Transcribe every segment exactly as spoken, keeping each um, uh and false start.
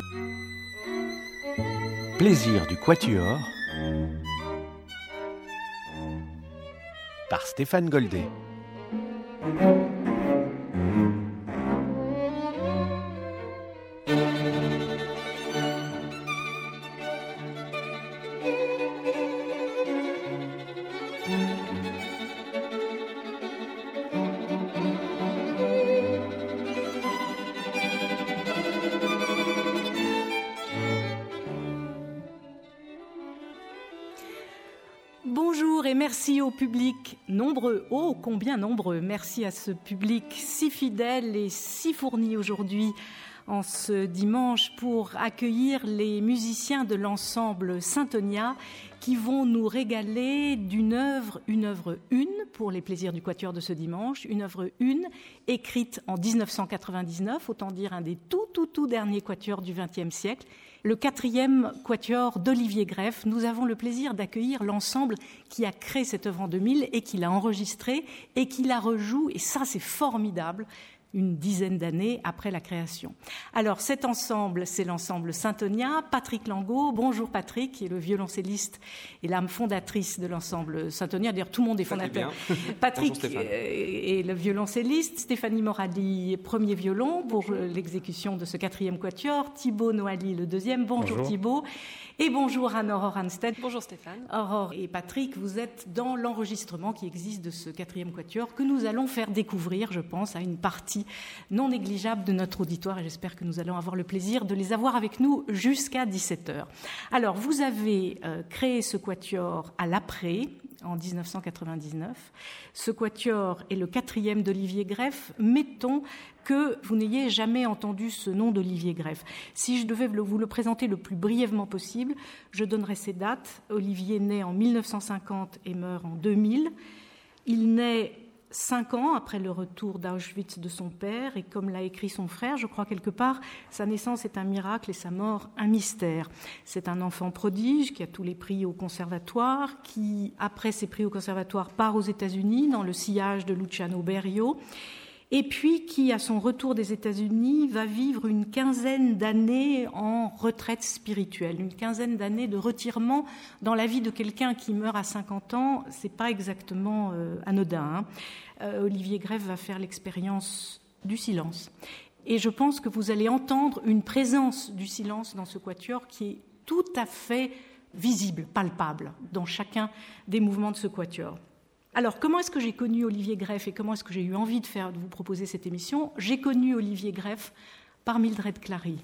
Plaisir du Quatuor par Stéphane Goldet. Bonjour et merci au public nombreux, oh combien nombreux, merci à ce public si fidèle et si fourni aujourd'hui en ce dimanche pour accueillir les musiciens de l'ensemble Syntonia qui vont nous régaler d'une œuvre, une œuvre une pour les plaisirs du Quatuor de ce dimanche, une œuvre une écrite en dix-neuf cent quatre-vingt-dix-neuf, autant dire un des tout tout tout derniers quatuors du vingtième siècle. Le quatrième quatuor d'Olivier Greff. Nous avons le plaisir d'accueillir l'ensemble qui a créé cette œuvre en deux mille et qui l'a enregistrée et qui la rejoue, et ça c'est formidable, une dizaine d'années après la création. Alors cet ensemble, c'est l'ensemble Syntonia. Patrick Langot, bonjour Patrick, qui est le violoncelliste et l'âme fondatrice de l'ensemble Syntonia. D'ailleurs, tout le monde est fondateur. Patrick est le violoncelliste, Stéphanie Morali, premier violon pour bonjour. L'exécution de ce quatrième quatuor, Thibaut Noailly, le deuxième. Bonjour, bonjour. Thibaut. Et bonjour Anne-Aurore Hanstedt. Bonjour Stéphane. Aurore et Patrick, vous êtes dans l'enregistrement qui existe de ce quatrième quatuor que nous allons faire découvrir, je pense, à une partie non négligeable de notre auditoire et j'espère que nous allons avoir le plaisir de les avoir avec nous jusqu'à dix-sept heures. Alors, vous avez euh, créé ce quatuor à l'après, en dix-neuf cent quatre-vingt-dix-neuf. Ce quatuor est le quatrième d'Olivier Greff. Mettons que vous n'ayez jamais entendu ce nom d'Olivier Greff. Si je devais vous le présenter le plus brièvement possible, je donnerais ces dates. Olivier naît en mille neuf cent cinquante et meurt en deux mille. Il naît cinq ans après le retour d'Auschwitz de son père, et comme l'a écrit son frère, je crois quelque part, sa naissance est un miracle et sa mort un mystère. C'est un enfant prodige qui a tous les prix au conservatoire, qui, après ses prix au conservatoire, part aux États-Unis dans le sillage de Luciano Berio, et puis qui, à son retour des États-Unis, va vivre une quinzaine d'années en retraite spirituelle, une quinzaine d'années de retirement dans la vie de quelqu'un qui meurt à cinquante ans. C'est pas exactement euh, anodin. Hein. Euh, Olivier Greff va faire l'expérience du silence. Et je pense que vous allez entendre une présence du silence dans ce quatuor qui est tout à fait visible, palpable, dans chacun des mouvements de ce quatuor. Alors, comment est-ce que j'ai connu Olivier Greff et comment est-ce que j'ai eu envie de, faire, de vous proposer cette émission ? J'ai connu Olivier Greff par Mildred Clary,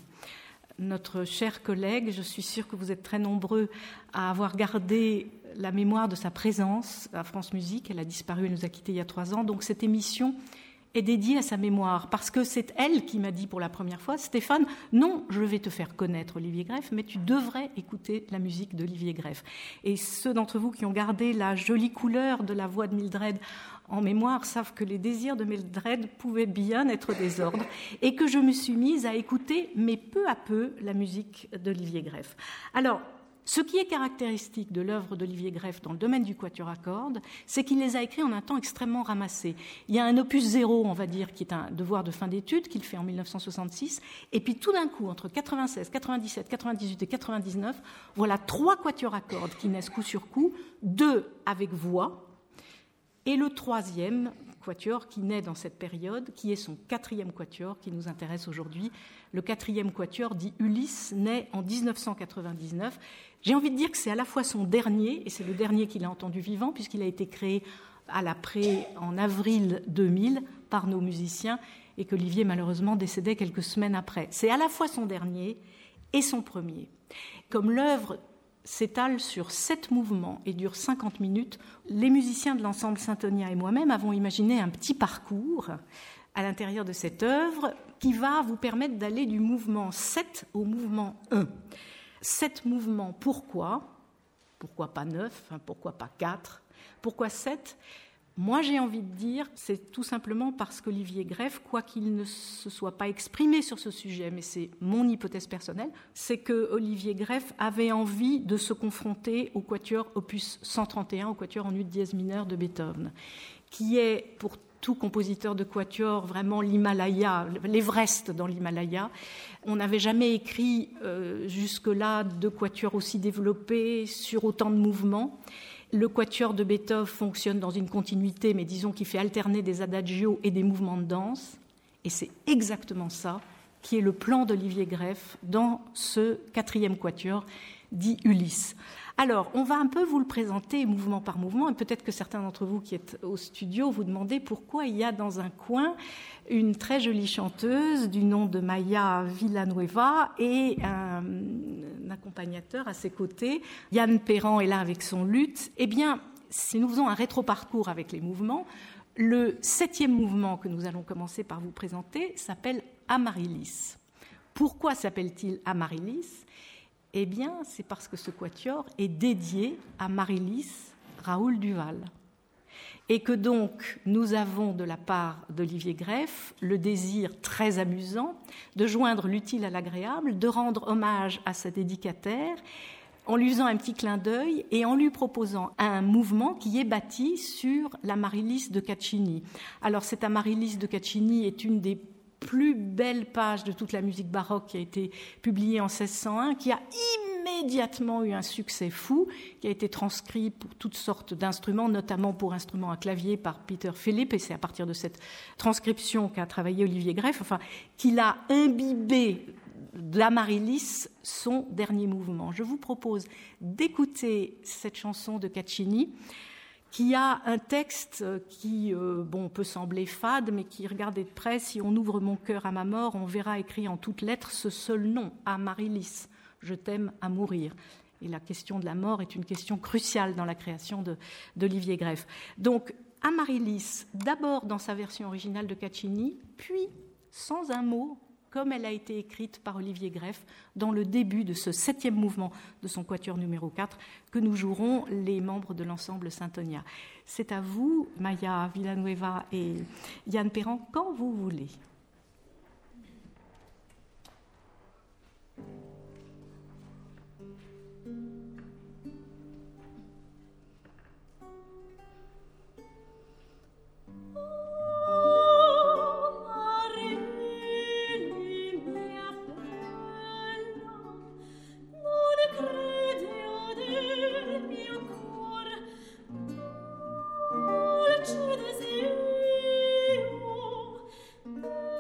notre cher collègue. Je suis sûre que vous êtes très nombreux à avoir gardé la mémoire de sa présence à France Musique. Elle a disparu, elle nous a quittés il y a trois ans. Donc, cette émission est dédiée à sa mémoire parce que c'est elle qui m'a dit pour la première fois « Stéphane, non, je vais te faire connaître Olivier Greff, mais tu devrais écouter la musique d'Olivier Greff. » Et ceux d'entre vous qui ont gardé la jolie couleur de la voix de Mildred en mémoire savent que les désirs de Mildred pouvaient bien être des ordres et que je me suis mise à écouter, mais peu à peu, la musique d'Olivier Greff. Alors, ce qui est caractéristique de l'œuvre d'Olivier Greff dans le domaine du quatuor à cordes, c'est qu'il les a écrits en un temps extrêmement ramassé. Il y a un opus zéro, on va dire, qui est un devoir de fin d'études, qu'il fait en mille neuf cent soixante-six, et puis tout d'un coup, entre quatre-vingt-seize, quatre-vingt-dix-sept, quatre-vingt-dix-huit et quatre-vingt-dix-neuf, voilà trois quatuors à cordes qui naissent coup sur coup, deux avec voix, et le troisième quatuor qui naît dans cette période, qui est son quatrième quatuor qui nous intéresse aujourd'hui. Le quatrième quatuor dit Ulysse, naît en dix-neuf cent quatre-vingt-dix-neuf. J'ai envie de dire que c'est à la fois son dernier, et c'est le dernier qu'il a entendu vivant, puisqu'il a été créé à l'après en avril deux mille par nos musiciens, et qu'Olivier malheureusement décédait quelques semaines après. C'est à la fois son dernier et son premier. Comme l'œuvre s'étale sur sept mouvements et dure cinquante minutes, les musiciens de l'ensemble Syntonia et moi-même avons imaginé un petit parcours à l'intérieur de cette œuvre qui va vous permettre d'aller du mouvement sept au mouvement un. Sept mouvements, pourquoi ? Pourquoi pas neuf ? Pourquoi pas quatre ? Pourquoi sept ? Moi, j'ai envie de dire, c'est tout simplement parce qu'Olivier Greff, quoi qu'il ne se soit pas exprimé sur ce sujet, mais c'est mon hypothèse personnelle, c'est que Olivier Greff avait envie de se confronter au quatuor opus cent trente et un, au quatuor en ut dièse mineur de Beethoven, qui est, pour tout compositeur de quatuor, vraiment l'Himalaya, l'Everest dans l'Himalaya. On n'avait jamais écrit euh, jusque-là de quatuor aussi développé, sur autant de mouvements. Le quatuor de Beethoven fonctionne dans une continuité, mais disons qu'il fait alterner des adagios et des mouvements de danse. Et c'est exactement ça qui est le plan d'Olivier Greff dans ce quatrième quatuor dit Ulysse. Alors, on va un peu vous le présenter mouvement par mouvement, et peut-être que certains d'entre vous qui êtes au studio vous demandez pourquoi il y a dans un coin une très jolie chanteuse du nom de Maya Villanueva et un, un accompagnateur à ses côtés. Yann Perrand est là avec son luth. Eh bien, si nous faisons un rétro-parcours avec les mouvements, le septième mouvement que nous allons commencer par vous présenter s'appelle Amaryllis. Pourquoi s'appelle-t-il Amaryllis ? Eh bien, c'est parce que ce quatuor est dédié à Maryllis Raoul Duval. Et que donc, nous avons de la part d'Olivier Greff le désir très amusant de joindre l'utile à l'agréable, de rendre hommage à sa dédicataire en lui faisant un petit clin d'œil et en lui proposant un mouvement qui est bâti sur l'Amaryllis de Caccini. Alors, cette Amaryllis de Caccini est une des plus belle page de toute la musique baroque qui a été publiée en seize cent un, qui a immédiatement eu un succès fou, qui a été transcrit pour toutes sortes d'instruments, notamment pour instruments à clavier par Peter Philip, et c'est à partir de cette transcription qu'a travaillé Olivier Greff, enfin, qu'il a imbibé d'Amaryllis son dernier mouvement. Je vous propose d'écouter cette chanson de Caccini, qui a un texte qui euh, bon, peut sembler fade, mais qui, regardez de près, si on ouvre mon cœur à ma mort, on verra écrit en toutes lettres ce seul nom, Amaryllis, je t'aime à mourir. Et la question de la mort est une question cruciale dans la création de, d'Olivier Greff. Donc, Amaryllis, d'abord dans sa version originale de Caccini, puis sans un mot, comme elle a été écrite par Olivier Greff dans le début de ce septième mouvement de son quatuor numéro quatre que nous jouerons les membres de l'ensemble Syntonia. C'est à vous, Maya Villanueva et Yann Perrand, quand vous voulez. Thank you.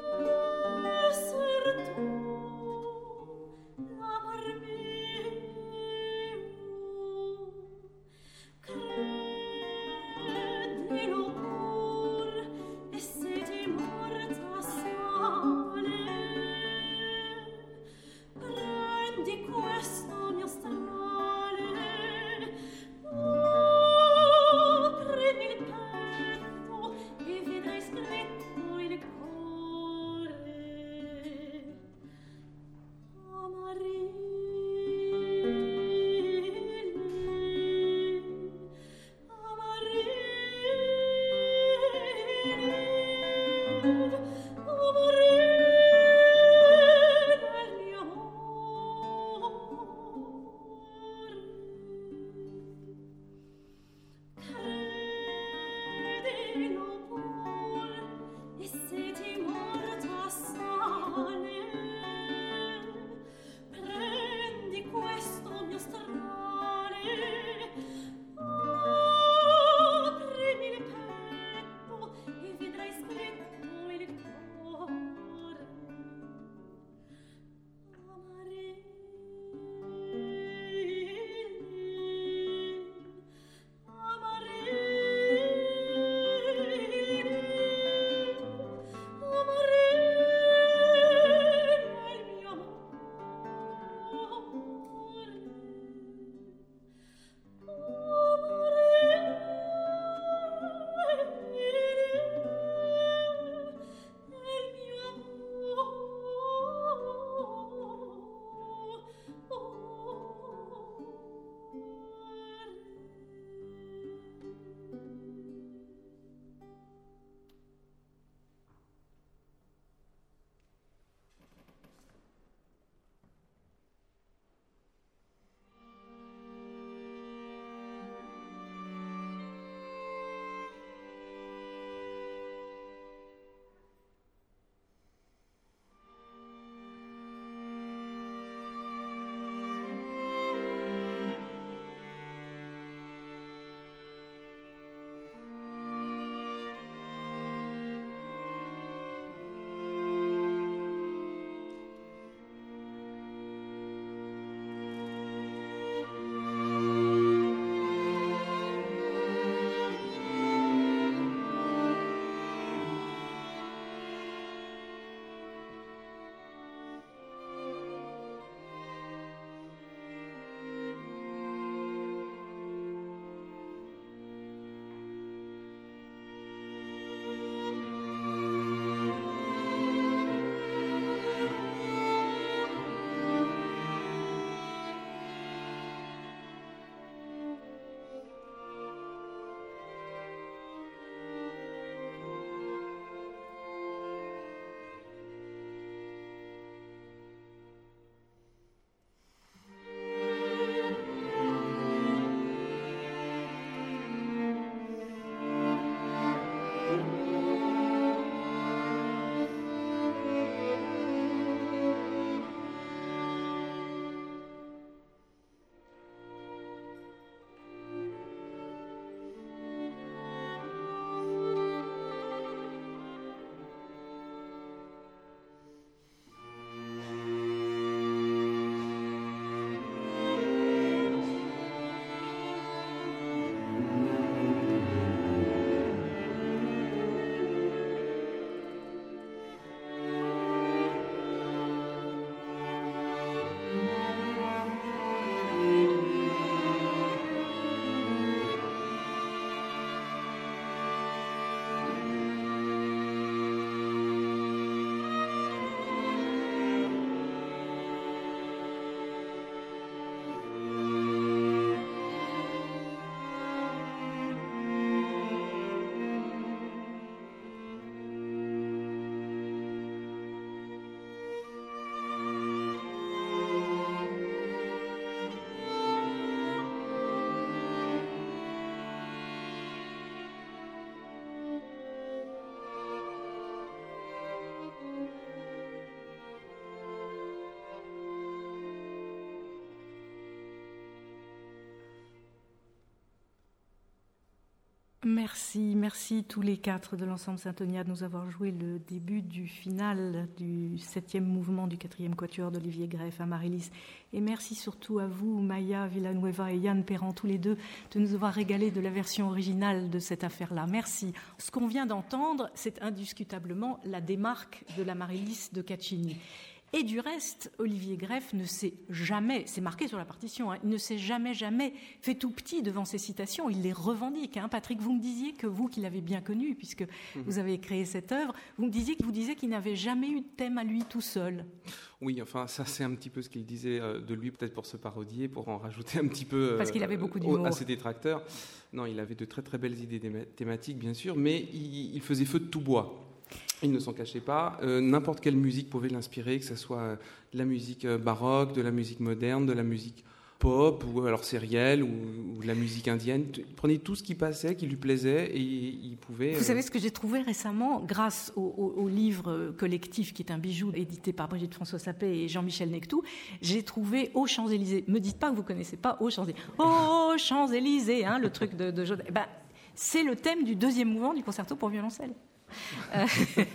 Merci, merci tous les quatre de l'ensemble Saint-Tonia de nous avoir joué le début du final du septième mouvement du quatrième quatuor d'Olivier Greff à Amaryllis. Et merci surtout à vous, Maya Villanueva et Yann Perrand, tous les deux, de nous avoir régalé de la version originale de cette affaire-là. Merci. Ce qu'on vient d'entendre, c'est indiscutablement la démarque de l'Amaryllis de Caccini. Et du reste, Olivier Greff ne s'est jamais, c'est marqué sur la partition, hein, il ne s'est jamais, jamais fait tout petit devant ces citations, il les revendique. Hein. Patrick, vous me disiez que vous, qui l'avez bien connu, puisque mmh. vous avez créé cette œuvre, vous me disiez, vous disiez qu'il n'avait jamais eu de thème à lui tout seul. Oui, enfin, ça c'est un petit peu ce qu'il disait de lui, peut-être pour se parodier, pour en rajouter un petit peu Parce qu'il avait beaucoup d'humour. à ses détracteurs. Non, il avait de très très belles idées thématiques, bien sûr, mais il, il faisait feu de tout bois. Il ne s'en cachait pas. Euh, n'importe quelle musique pouvait l'inspirer, que ce soit de la musique baroque, de la musique moderne, de la musique pop, ou alors sérielle, ou, ou de la musique indienne. Il prenait tout ce qui passait, qui lui plaisait, et il pouvait... Vous euh... savez ce que j'ai trouvé récemment, grâce au, au, au livre collectif, qui est un bijou édité par Brigitte François Sapé et Jean-Michel Nectou, j'ai trouvé Aux Champs-Élysées. Me dites pas que vous connaissez pas Aux Champs-Élysées. Aux Champs-Élysées, hein, le truc de... de... Ben, c'est le thème du deuxième mouvement du concerto pour violoncelle. Euh,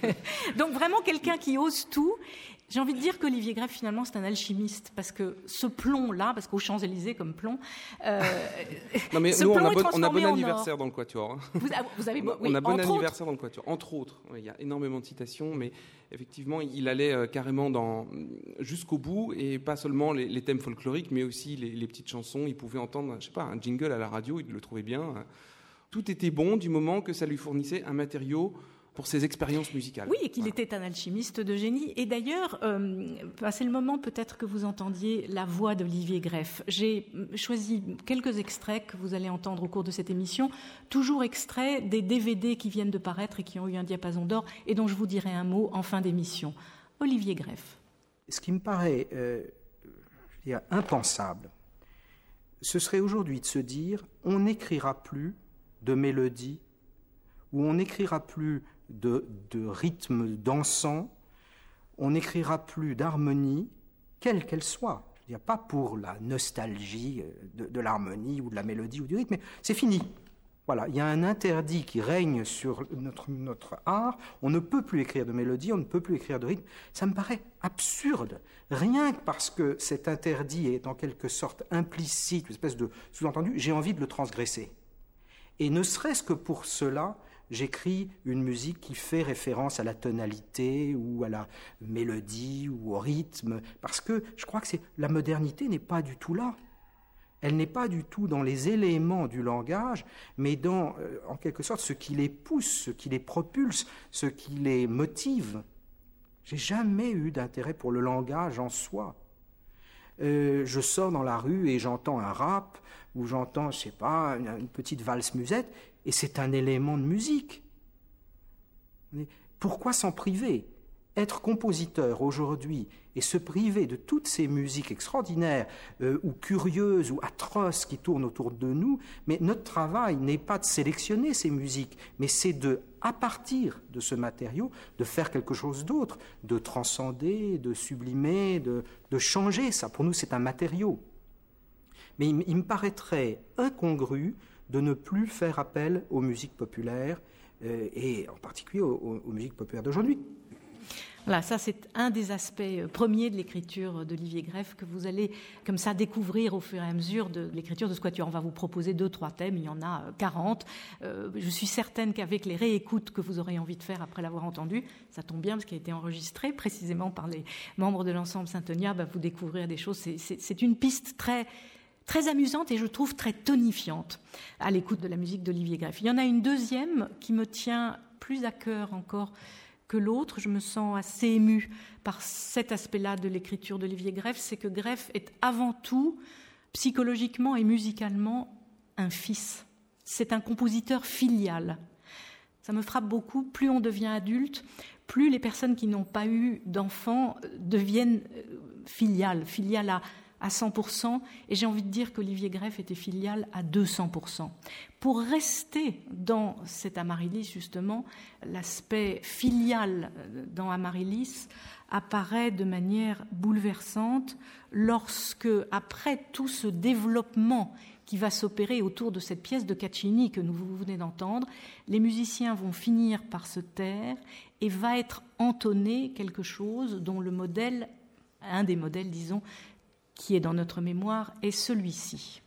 donc vraiment quelqu'un qui ose tout. J'ai envie de dire qu'Olivier Greff, finalement, c'est un alchimiste, parce que ce plomb-là, parce qu'aux Champs-Élysées comme plomb, euh, non mais ce nous, plomb on a bon, on a bon en anniversaire or. Dans le Quatuor. Hein. Vous, vous avez, on, oui, on a bon anniversaire autres. dans le Quatuor, entre autres. Il y a énormément de citations, mais effectivement, il allait euh, carrément dans, jusqu'au bout, et pas seulement les, les thèmes folkloriques, mais aussi les, les petites chansons. Il pouvait entendre, je sais pas, un jingle à la radio, il le trouvait bien. Tout était bon du moment que ça lui fournissait un matériau pour ses expériences musicales. Oui, et qu'il voilà. était un alchimiste de génie. Et d'ailleurs, euh, c'est le moment peut-être que vous entendiez la voix d'Olivier Greff. J'ai choisi quelques extraits que vous allez entendre au cours de cette émission, toujours extraits des D V D qui viennent de paraître et qui ont eu un diapason d'or, et dont je vous dirai un mot en fin d'émission. Olivier Greff. Ce qui me paraît euh, je veux dire, impensable, ce serait aujourd'hui de se dire on n'écrira plus de mélodies, ou on n'écrira plus de, de rythme dansant, on n'écrira plus d'harmonie, quelle qu'elle soit. Je veux dire, pas pour la nostalgie de, de l'harmonie ou de la mélodie ou du rythme, mais c'est fini. Voilà, il y a un interdit qui règne sur notre, notre art, on ne peut plus écrire de mélodie, on ne peut plus écrire de rythme. Ça me paraît absurde, rien que parce que cet interdit est en quelque sorte implicite, une espèce de sous-entendu, j'ai envie de le transgresser. Et ne serait-ce que pour cela, j'écris une musique qui fait référence à la tonalité ou à la mélodie ou au rythme, parce que je crois que c'est, la modernité n'est pas du tout là. Elle n'est pas du tout dans les éléments du langage, mais dans, euh, en quelque sorte, ce qui les pousse, ce qui les propulse, ce qui les motive. J'ai jamais eu d'intérêt pour le langage en soi. Euh, je sors dans la rue et j'entends un rap, ou j'entends, je sais pas, une, une petite valse musette, et c'est un élément de musique. Mais pourquoi s'en priver ? Être compositeur aujourd'hui et se priver de toutes ces musiques extraordinaires euh, ou curieuses ou atroces qui tournent autour de nous, mais notre travail n'est pas de sélectionner ces musiques, mais c'est de, à partir de ce matériau, de faire quelque chose d'autre, de transcender, de sublimer, de, de changer. Ça, pour nous, c'est un matériau. Mais il, il me paraîtrait incongru de ne plus faire appel aux musiques populaires euh, et en particulier aux, aux musiques populaires d'aujourd'hui. Voilà, ça c'est un des aspects premiers de l'écriture d'Olivier Greff que vous allez comme ça découvrir au fur et à mesure de l'écriture de ce quatuor. On va vous proposer deux, trois thèmes, il y en a quarante. Euh, je suis certaine qu'avec les réécoutes que vous aurez envie de faire après l'avoir entendu, ça tombe bien parce qu'il a été enregistré précisément par les membres de l'ensemble Saint-Tonia, bah, vous découvrirez des choses. C'est, c'est, c'est une piste très... très amusante et je trouve très tonifiante à l'écoute de la musique d'Olivier Greff. Il y en a une deuxième qui me tient plus à cœur encore que l'autre. Je me sens assez émue par cet aspect-là de l'écriture d'Olivier Greff, c'est que Greff est avant tout, psychologiquement et musicalement, un fils. C'est un compositeur filial. Ça me frappe beaucoup. Plus on devient adulte, plus les personnes qui n'ont pas eu d'enfants deviennent filiales, filiales à à cent pour cent, et j'ai envie de dire qu'Olivier Greff était filial à deux cents pour cent. Pour rester dans cet Amaryllis, justement, l'aspect filial dans Amaryllis apparaît de manière bouleversante lorsque, après tout ce développement qui va s'opérer autour de cette pièce de Caccini que nous venez d'entendre, les musiciens vont finir par se taire et va être entonné quelque chose dont le modèle, un des modèles, disons, qui est dans notre mémoire, est celui-ci.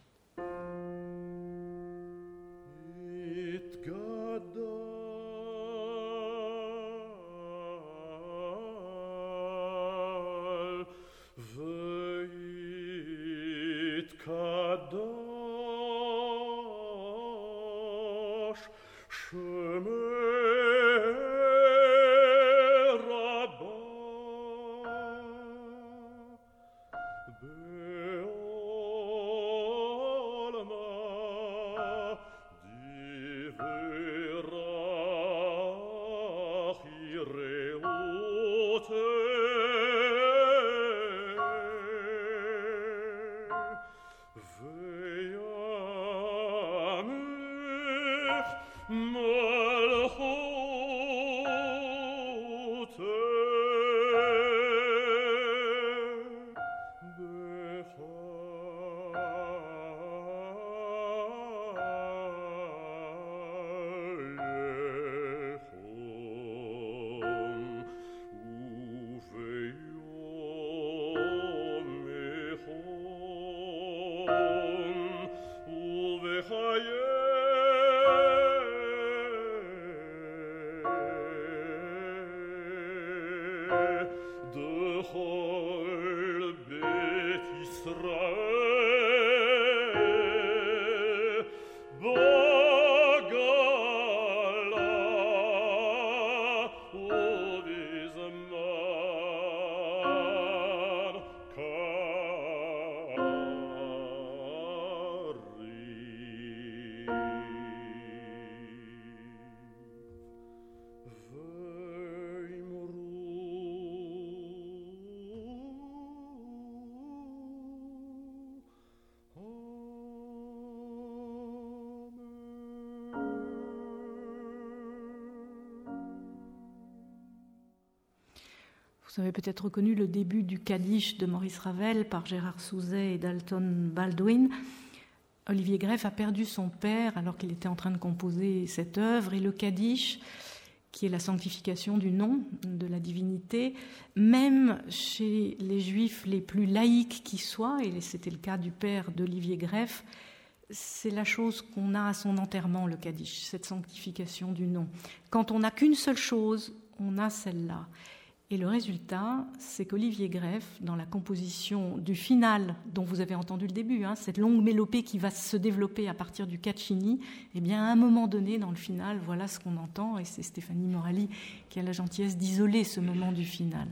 Vous avez peut-être reconnu le début du Kaddish de Maurice Ravel par Gérard Souzet et Dalton Baldwin. Olivier Greff a perdu son père alors qu'il était en train de composer cette œuvre, et le Kaddish, qui est la sanctification du nom de la divinité, même chez les juifs les plus laïcs qui soient, et c'était le cas du père d'Olivier Greff, c'est la chose qu'on a à son enterrement, le Kaddish, cette sanctification du nom. Quand on n'a qu'une seule chose, on a celle-là. Et le résultat, c'est qu'Olivier Greff, dans la composition du final, dont vous avez entendu le début, hein, cette longue mélopée qui va se développer à partir du Caccini, eh bien, à un moment donné, dans le final, voilà ce qu'on entend, et c'est Stéphanie Morali qui a la gentillesse d'isoler ce moment du final.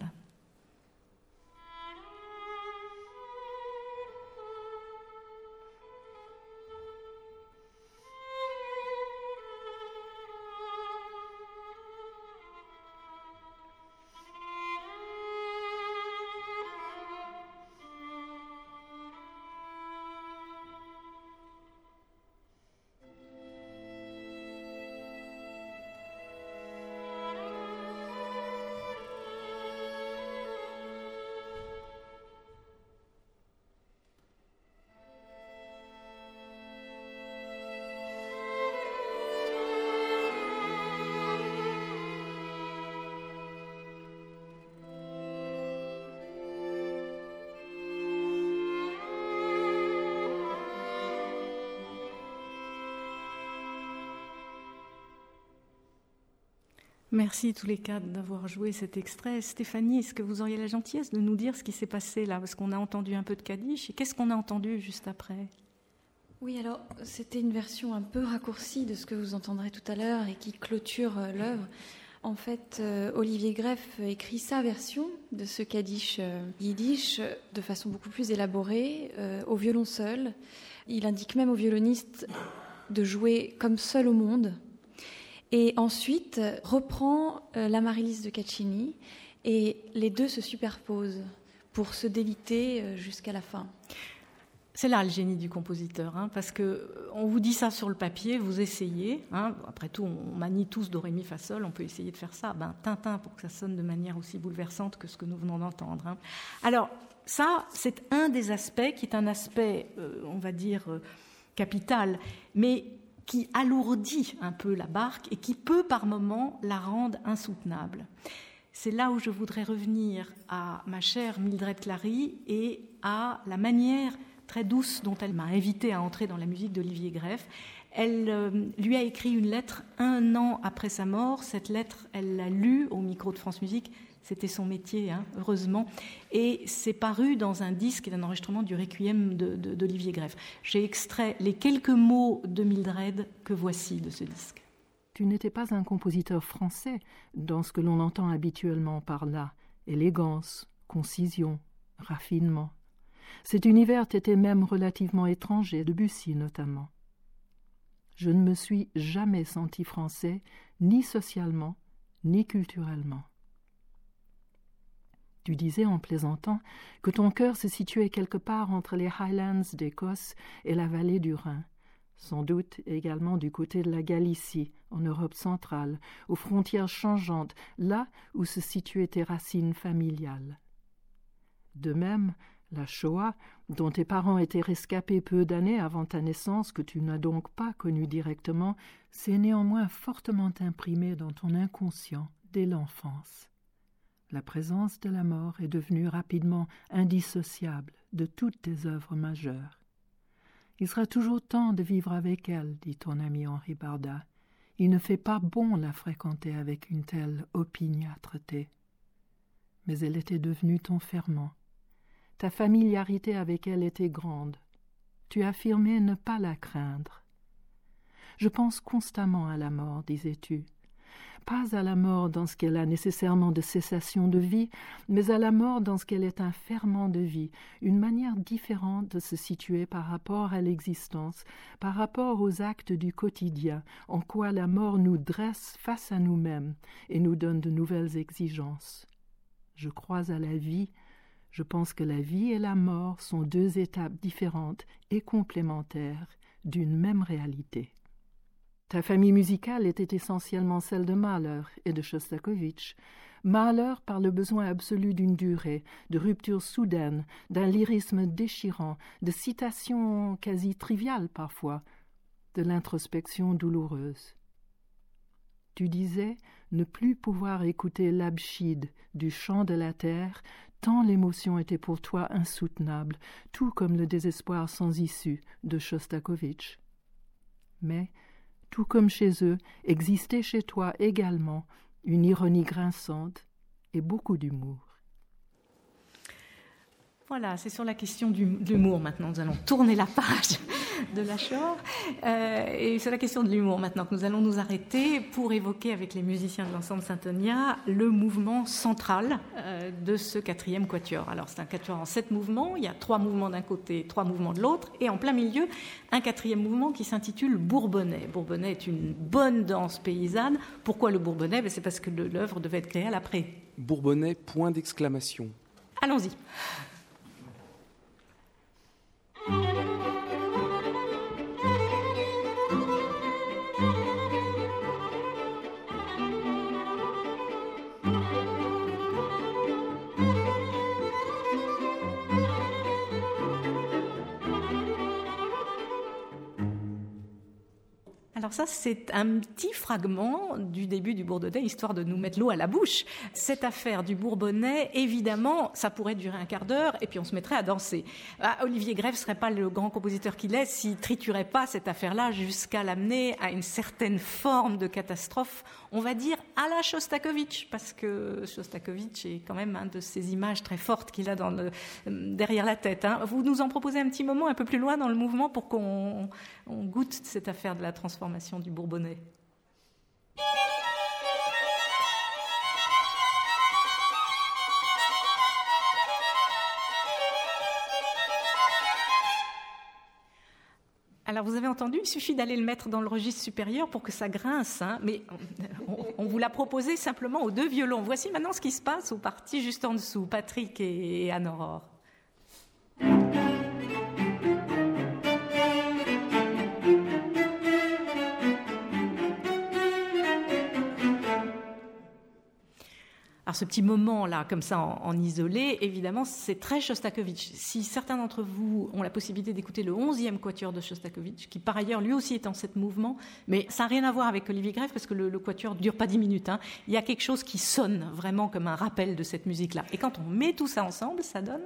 Merci tous les quatre d'avoir joué cet extrait. Stéphanie, est-ce que vous auriez la gentillesse de nous dire ce qui s'est passé là? Parce qu'on a entendu un peu de Kaddish, et qu'est-ce qu'on a entendu juste après? Oui, alors c'était une version un peu raccourcie de ce que vous entendrez tout à l'heure et qui clôture euh, l'œuvre. En fait, euh, Olivier Greff écrit sa version de ce Kaddish euh, yiddish de façon beaucoup plus élaborée, euh, au violon seul. Il indique même au violoniste de jouer comme seul au monde. Et ensuite, reprend euh, l'Amaryllis de Caccini, et les deux se superposent pour se déliter euh, jusqu'à la fin. C'est là le génie du compositeur, hein, parce qu'on vous dit ça sur le papier, vous essayez. Hein, après tout, on manie tous do, ré, mi, fa, sol, on peut essayer de faire ça. Ben, Tintin, pour que ça sonne de manière aussi bouleversante que ce que nous venons d'entendre. Hein. Alors, ça, c'est un des aspects qui est un aspect, euh, on va dire, euh, capital, mais qui alourdit un peu la barque et qui peut, par moments, la rendre insoutenable. C'est là où je voudrais revenir à ma chère Mildred Clary et à la manière très douce dont elle m'a invitée à entrer dans la musique d'Olivier Greff. Elle euh, lui a écrit une lettre un an après sa mort. Cette lettre, elle l'a lue au micro de France Musique. C'était son métier, hein, heureusement. Et c'est paru dans un disque et un enregistrement du Requiem de, de, d'Olivier Greff. J'ai extrait les quelques mots de Mildred que voici de ce disque. Tu n'étais pas un compositeur français dans ce que l'on entend habituellement par là. Élégance, concision, raffinement. Cet univers t'était même relativement étranger, Debussy notamment. Je ne me suis jamais senti français, ni socialement, ni culturellement. Tu disais en plaisantant que ton cœur se situait quelque part entre les Highlands d'Écosse et la vallée du Rhin, sans doute également du côté de la Galicie, en Europe centrale, aux frontières changeantes, là où se situaient tes racines familiales. De même, la Shoah, dont tes parents étaient rescapés peu d'années avant ta naissance, que tu n'as donc pas connue directement, s'est néanmoins fortement imprimée dans ton inconscient dès l'enfance. La présence de la mort est devenue rapidement indissociable de toutes tes œuvres majeures. Il sera toujours temps de vivre avec elle, dit ton ami Henri Barda. Il ne fait pas bon la fréquenter avec une telle opiniâtreté. Mais elle était devenue ton ferment. Ta familiarité avec elle était grande. Tu affirmais ne pas la craindre. Je pense constamment à la mort, disais-tu. Pas à la mort dans ce qu'elle a nécessairement de cessation de vie, mais à la mort dans ce qu'elle est un ferment de vie, une manière différente de se situer par rapport à l'existence, par rapport aux actes du quotidien, en quoi la mort nous dresse face à nous-mêmes et nous donne de nouvelles exigences. Je crois à la vie. Je pense que la vie et la mort sont deux étapes différentes et complémentaires d'une même réalité. Ta famille musicale était essentiellement celle de Mahler et de Shostakovich. Mahler par le besoin absolu d'une durée, de rupture soudaine, d'un lyrisme déchirant, de citations quasi triviales parfois, de l'introspection douloureuse. Tu disais ne plus pouvoir écouter l'abchide du chant de la terre, tant l'émotion était pour toi insoutenable, tout comme le désespoir sans issue de Shostakovich. Mais, tout comme chez eux, existait chez toi également une ironie grinçante et beaucoup d'humour. Voilà, c'est sur la question du, de l'humour maintenant. Nous allons tourner la page de la Shoah. Euh, et c'est la question de l'humour maintenant que nous allons nous arrêter pour évoquer avec les musiciens de l'ensemble Saint-Tonia le mouvement central euh, de ce quatrième quatuor. Alors c'est un quatuor en sept mouvements, il y a trois mouvements d'un côté, trois mouvements de l'autre, et en plein milieu, un quatrième mouvement qui s'intitule Bourbonnais. Bourbonnais est une bonne danse paysanne. Pourquoi le Bourbonnais? Ben, c'est parce que l'œuvre devait être créée à l'après. Bourbonnais, point d'exclamation. Allons-y. Alors ça, c'est un petit fragment du début du Bourbonnais, histoire de nous mettre l'eau à la bouche. Cette affaire du Bourbonnais, évidemment, ça pourrait durer un quart d'heure et puis on se mettrait à danser. Ah, Olivier Greff ne serait pas le grand compositeur qu'il est s'il triturait pas cette affaire-là jusqu'à l'amener à une certaine forme de catastrophe, on va dire à la Shostakovich, parce que Shostakovich est quand même un de ces images très fortes qu'il a dans le, derrière la tête. Hein. Vous nous en proposez un petit moment un peu plus loin dans le mouvement pour qu'on on goûte cette affaire de la transformation du Bourbonnais. Alors vous avez entendu, il suffit d'aller le mettre dans le registre supérieur pour que ça grince, hein, mais on, on vous l'a proposé simplement aux deux violons. Voici maintenant ce qui se passe aux parties juste en dessous, Patrick et, et Anne-Aurore. Alors ce petit moment-là, comme ça, en, en isolé, évidemment, c'est très Shostakovich. Si certains d'entre vous ont la possibilité d'écouter le onzième quatuor de Shostakovich, qui par ailleurs lui aussi est en sept mouvements, mais ça n'a rien à voir avec Olivier Greff, parce que le, le quatuor ne dure pas dix minutes. Hein. Il y a quelque chose qui sonne vraiment comme un rappel de cette musique-là. Et quand on met tout ça ensemble, ça donne...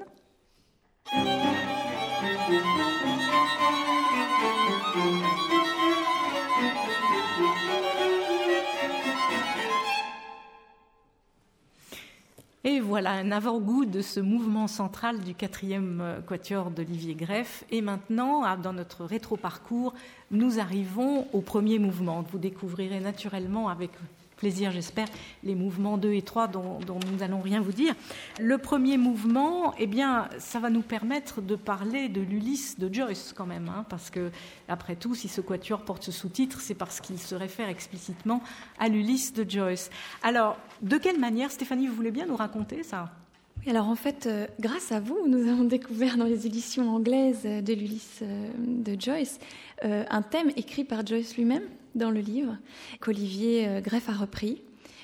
Et voilà un avant-goût de ce mouvement central du quatrième quatuor d'Olivier Greff. Et maintenant, dans notre rétro-parcours, nous arrivons au premier mouvement. Vous découvrirez naturellement avec plaisir, j'espère, les mouvements deux et trois dont, dont nous n'allons rien vous dire. Le premier mouvement, eh bien, ça va nous permettre de parler de l'Ulysse de Joyce quand même, hein, parce que, après tout, si ce quatuor porte ce sous-titre, c'est parce qu'il se réfère explicitement à l'Ulysse de Joyce. Alors, de quelle manière, Stéphanie, vous voulez bien nous raconter ça ? Alors en fait, euh, grâce à vous, nous avons découvert dans les éditions anglaises de l'Ulysse euh, de Joyce euh, un thème écrit par Joyce lui-même dans le livre, qu'Olivier euh, Greff a repris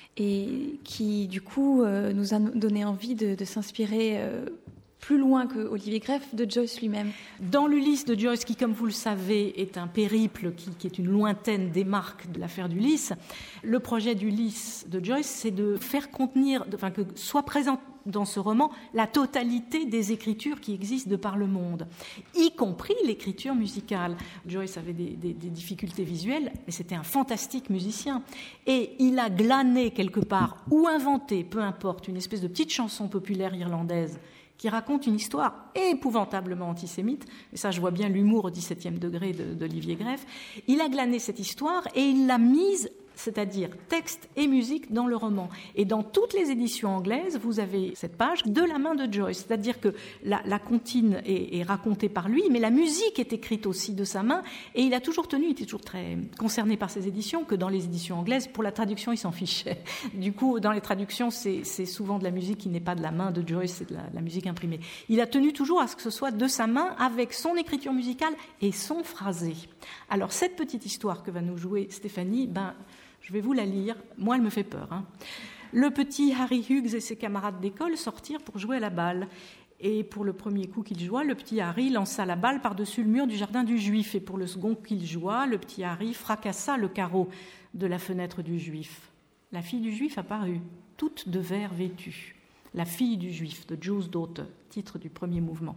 et qui du coup euh, nous a donné envie de, de s'inspirer euh, plus loin que Olivier Greff de Joyce lui-même. Dans l'Ulysse de Joyce, qui, comme vous le savez, est un périple qui, qui est une lointaine démarque de l'affaire d'Ulysse, le projet d'Ulysse de Joyce, c'est de faire contenir, de, enfin que soit présent dans ce roman la totalité des écritures qui existent de par le monde, y compris l'écriture musicale. Joyce avait des, des, des difficultés visuelles, mais c'était un fantastique musicien. Et il a glané quelque part, ou inventé, peu importe, une espèce de petite chanson populaire irlandaise qui raconte une histoire épouvantablement antisémite, et ça je vois bien l'humour au dix-septième degré de, d'Olivier Greff. Il a glané cette histoire et il l'a mise, c'est-à-dire texte et musique, dans le roman. Et dans toutes les éditions anglaises, vous avez cette page de la main de Joyce, c'est-à-dire que la, la comptine est, est racontée par lui, mais la musique est écrite aussi de sa main, et il a toujours tenu, il était toujours très concerné par ces éditions, que dans les éditions anglaises, pour la traduction, il s'en fichait. Du coup, dans les traductions, c'est, c'est souvent de la musique qui n'est pas de la main de Joyce, c'est de la, de la musique imprimée. Il a tenu toujours à ce que ce soit de sa main, avec son écriture musicale et son phrasé. Alors, cette petite histoire que va nous jouer Stéphanie, ben, je vais vous la lire. Moi, elle me fait peur. Hein. Le petit Harry Hughes et ses camarades d'école sortirent pour jouer à la balle. Et pour le premier coup qu'il joua, le petit Harry lança la balle par-dessus le mur du jardin du Juif. Et pour le second qu'il joua, le petit Harry fracassa le carreau de la fenêtre du Juif. La fille du Juif apparut, toute de vert vêtue. La fille du Juif, de Jew's Daughter, titre du premier mouvement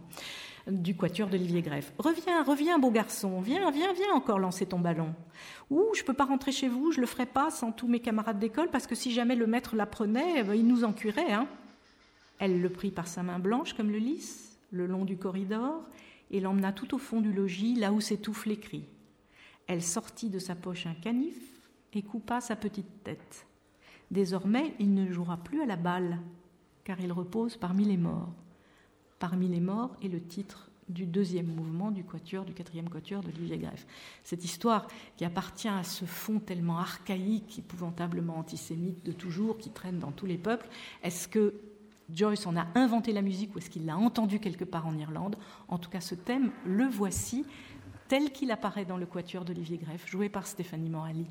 du quatuor d'Olivier Greff. « Reviens, reviens, beau garçon, viens, viens, viens encore lancer ton ballon. Ouh, je ne peux pas rentrer chez vous, je ne le ferai pas sans tous mes camarades d'école, parce que si jamais le maître l'apprenait, ben, il nous en cuirait. Hein. » Elle le prit par sa main blanche comme le lys, le long du corridor, et l'emmena tout au fond du logis, là où s'étouffent les cris. Elle sortit de sa poche un canif et coupa sa petite tête. Désormais, il ne jouera plus à la balle, car il repose parmi les morts. Parmi les morts est le titre du deuxième mouvement du quatuor, du quatrième quatuor d'Olivier Greff. Cette histoire qui appartient à ce fond tellement archaïque, épouvantablement antisémite de toujours, qui traîne dans tous les peuples, est-ce que Joyce en a inventé la musique ou est-ce qu'il l'a entendu quelque part en Irlande ? En tout cas, ce thème, le voici, tel qu'il apparaît dans le quatuor d'Olivier Greff, joué par Stéphanie Morali.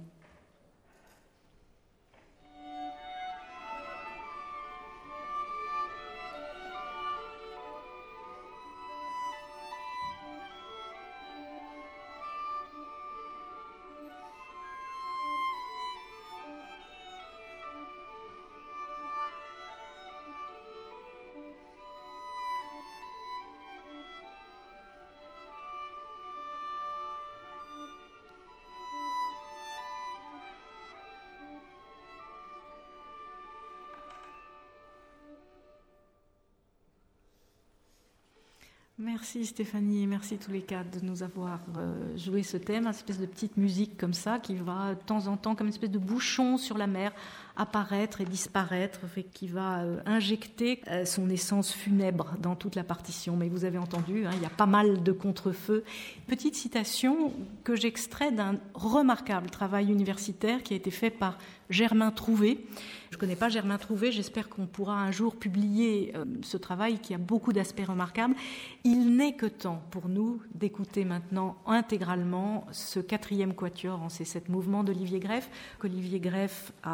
Merci Stéphanie et merci tous les quatre de nous avoir euh, joué ce thème, une espèce de petite musique comme ça qui va de temps en temps comme une espèce de bouchon sur la mer apparaître et disparaître, et qui va euh, injecter euh, son essence funèbre dans toute la partition. Mais vous avez entendu, hein, il y a pas mal de contre-feux. Petite citation que j'extrais d'un remarquable travail universitaire qui a été fait par Germain Trouvé. Je ne connais pas Germain Trouvé, j'espère qu'on pourra un jour publier euh, ce travail qui a beaucoup d'aspects remarquables. Il n'est que temps pour nous d'écouter maintenant intégralement ce quatrième quatuor en ces sept mouvements d'Olivier Greff, qu'Olivier Greff a terminé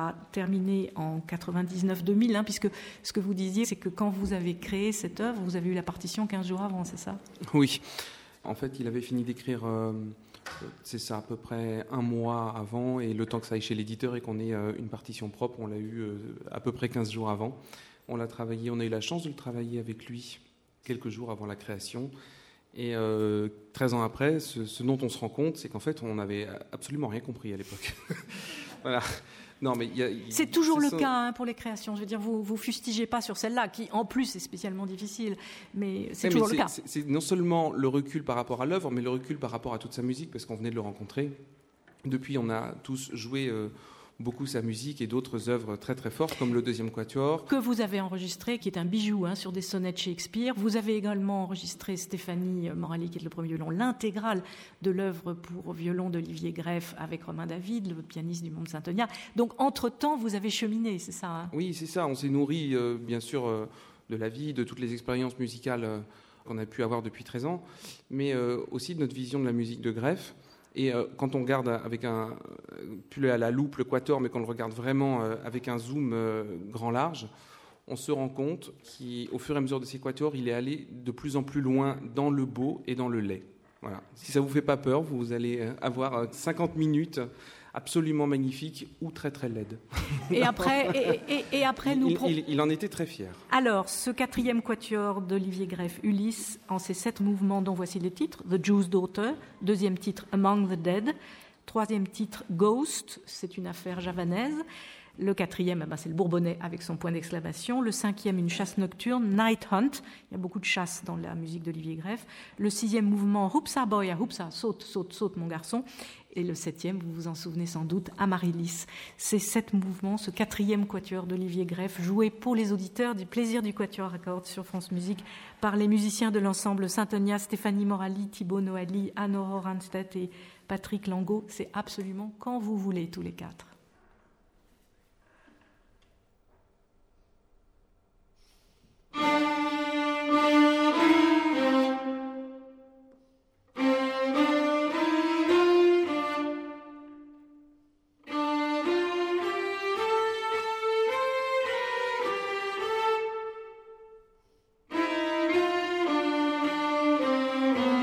terminé en quatre-vingt-dix-neuf deux mille, hein, puisque ce que vous disiez, c'est que quand vous avez créé cette œuvre, vous avez eu la partition quinze jours avant, c'est ça ? Oui. En fait, il avait fini d'écrire, euh, c'est ça, à peu près un mois avant, et le temps que ça aille chez l'éditeur et qu'on ait euh, une partition propre, on l'a eu euh, à peu près quinze jours avant. On l'a travaillé, on a eu la chance de le travailler avec lui quelques jours avant la création. Et euh, treize ans après, ce, ce dont on se rend compte, c'est qu'en fait, on n'avait absolument rien compris à l'époque. Voilà. Non, mais y a, y, c'est toujours c'est le ça. cas hein, pour les créations. Je veux dire, vous vous fustigez pas sur celle-là, qui en plus est spécialement difficile, mais c'est oui, toujours mais le c'est, cas. C'est, c'est non seulement le recul par rapport à l'œuvre, mais le recul par rapport à toute sa musique, parce qu'on venait de le rencontrer. Depuis, on a tous joué euh, beaucoup sa musique et d'autres œuvres très très fortes, comme le deuxième quatuor. Que vous avez enregistré, qui est un bijou hein, sur des sonnets de Shakespeare. Vous avez également enregistré Stéphanie Morali, qui est le premier violon, l'intégrale de l'œuvre pour violon d'Olivier Greff avec Romain David, le pianiste du Monde Saint-Onia. Donc, entre-temps, vous avez cheminé, c'est ça hein ? Oui, c'est ça. On s'est nourri, euh, bien sûr, euh, de la vie, de toutes les expériences musicales euh, qu'on a pu avoir depuis treize ans, mais euh, aussi de notre vision de la musique de Greff. Et euh, quand on regarde avec un, plus à la loupe le quatuor, mais qu'on le regarde vraiment euh, avec un zoom euh, grand large, on se rend compte qu'au fur et à mesure de ces quatuors, il est allé de plus en plus loin dans le beau et dans le laid. Voilà. Si ça vous fait pas peur, vous allez avoir cinquante minutes absolument magnifiques ou très très laides. Et après, et, et, et après nous... Il, il, il en était très fier. Alors, ce quatrième quatuor d'Olivier Greff, Ulysse, en ces sept mouvements dont voici les titres. The Jew's Daughter, deuxième titre Among the Dead, troisième titre Ghost, c'est une affaire javanaise. Le quatrième, eh ben, c'est le Bourbonnais avec son point d'exclamation. Le cinquième, une chasse nocturne, Night Hunt. Il y a beaucoup de chasse dans la musique d'Olivier Greff. Le sixième mouvement, Hoopsa Boy, Hoopsa, saute, saute, saute, mon garçon. Et le septième, vous vous en souvenez sans doute, Amaryllis. Ces sept mouvements, ce quatrième quatuor d'Olivier Greff, joué pour les auditeurs du plaisir du quatuor à cordes sur France Musique par les musiciens de l'ensemble Saint-Onia, Stéphanie Morali, Thibaut Noali, Anne-Aurore Ranstedt et Patrick Langot. C'est absolument quand vous voulez, tous les quatre.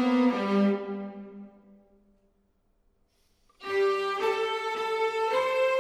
Thank you.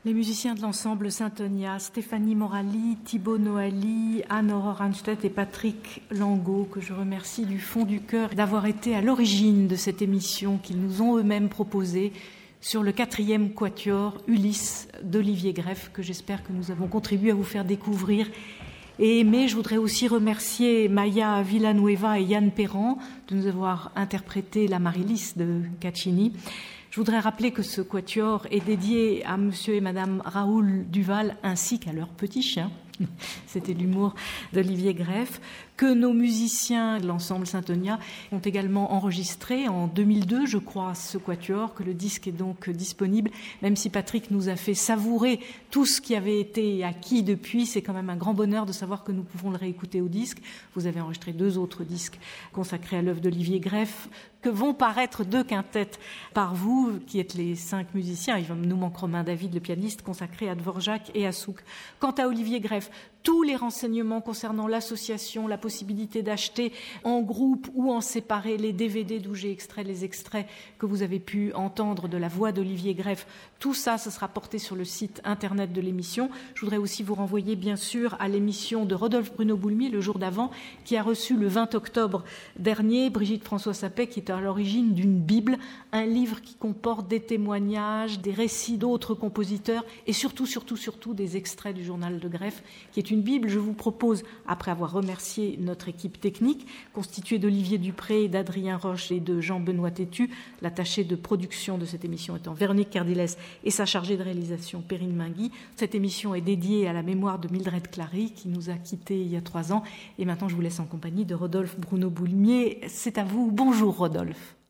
Les musiciens de l'ensemble Saint-Tonia, Stéphanie Morali, Thibaut Noali, Anne-Aurore Hanstedt et Patrick Langot, que je remercie du fond du cœur d'avoir été à l'origine de cette émission qu'ils nous ont eux-mêmes proposée sur le quatrième quatuor Ulysse d'Olivier Greff, que j'espère que nous avons contribué à vous faire découvrir et aimer. Je voudrais aussi remercier Maya Villanueva et Yann Perran de nous avoir interprété la Marilis de Caccini. Je voudrais rappeler que ce quatuor est dédié à monsieur et madame Raoul Duval ainsi qu'à leur petit chien. C'était l'humour d'Olivier Greff, que nos musiciens de l'ensemble Saint-Tonia ont également enregistré en deux mille deux, je crois, ce quatuor, que le disque est donc disponible. Même si Patrick nous a fait savourer tout ce qui avait été acquis depuis, c'est quand même un grand bonheur de savoir que nous pouvons le réécouter au disque. Vous avez enregistré deux autres disques consacrés à l'œuvre d'Olivier Greff, que vont paraître deux quintettes par vous, qui êtes les cinq musiciens. Il nous manque Romain David, le pianiste, consacré à Dvorak et à Souk. Quant à Olivier Greff, tous les renseignements concernant l'association, la possibilité d'acheter en groupe ou en séparé les D V D d'où j'ai extrait les extraits que vous avez pu entendre de la voix d'Olivier Greff, tout ça, ce sera porté sur le site internet de l'émission. Je voudrais aussi vous renvoyer, bien sûr, à l'émission de Rodolphe Bruno Boulmier, le jour d'avant, qui a reçu le vingt octobre dernier Brigitte François Sapet, qui est à l'origine d'une Bible, un livre qui comporte des témoignages, des récits d'autres compositeurs et surtout, surtout, surtout des extraits du journal de Greff, qui est une Bible. Je vous propose, après avoir remercié notre équipe technique, constituée d'Olivier Dupré, d'Adrien Roche et de Jean-Benoît Tétu, l'attaché de production de cette émission étant Véronique Cardilès et sa chargée de réalisation Perrine Mingui. Cette émission est dédiée à la mémoire de Mildred Clary, qui nous a quittés il y a trois ans. Et maintenant, je vous laisse en compagnie de Rodolphe Bruno Boulmier. C'est à vous. Bonjour, Rodolphe.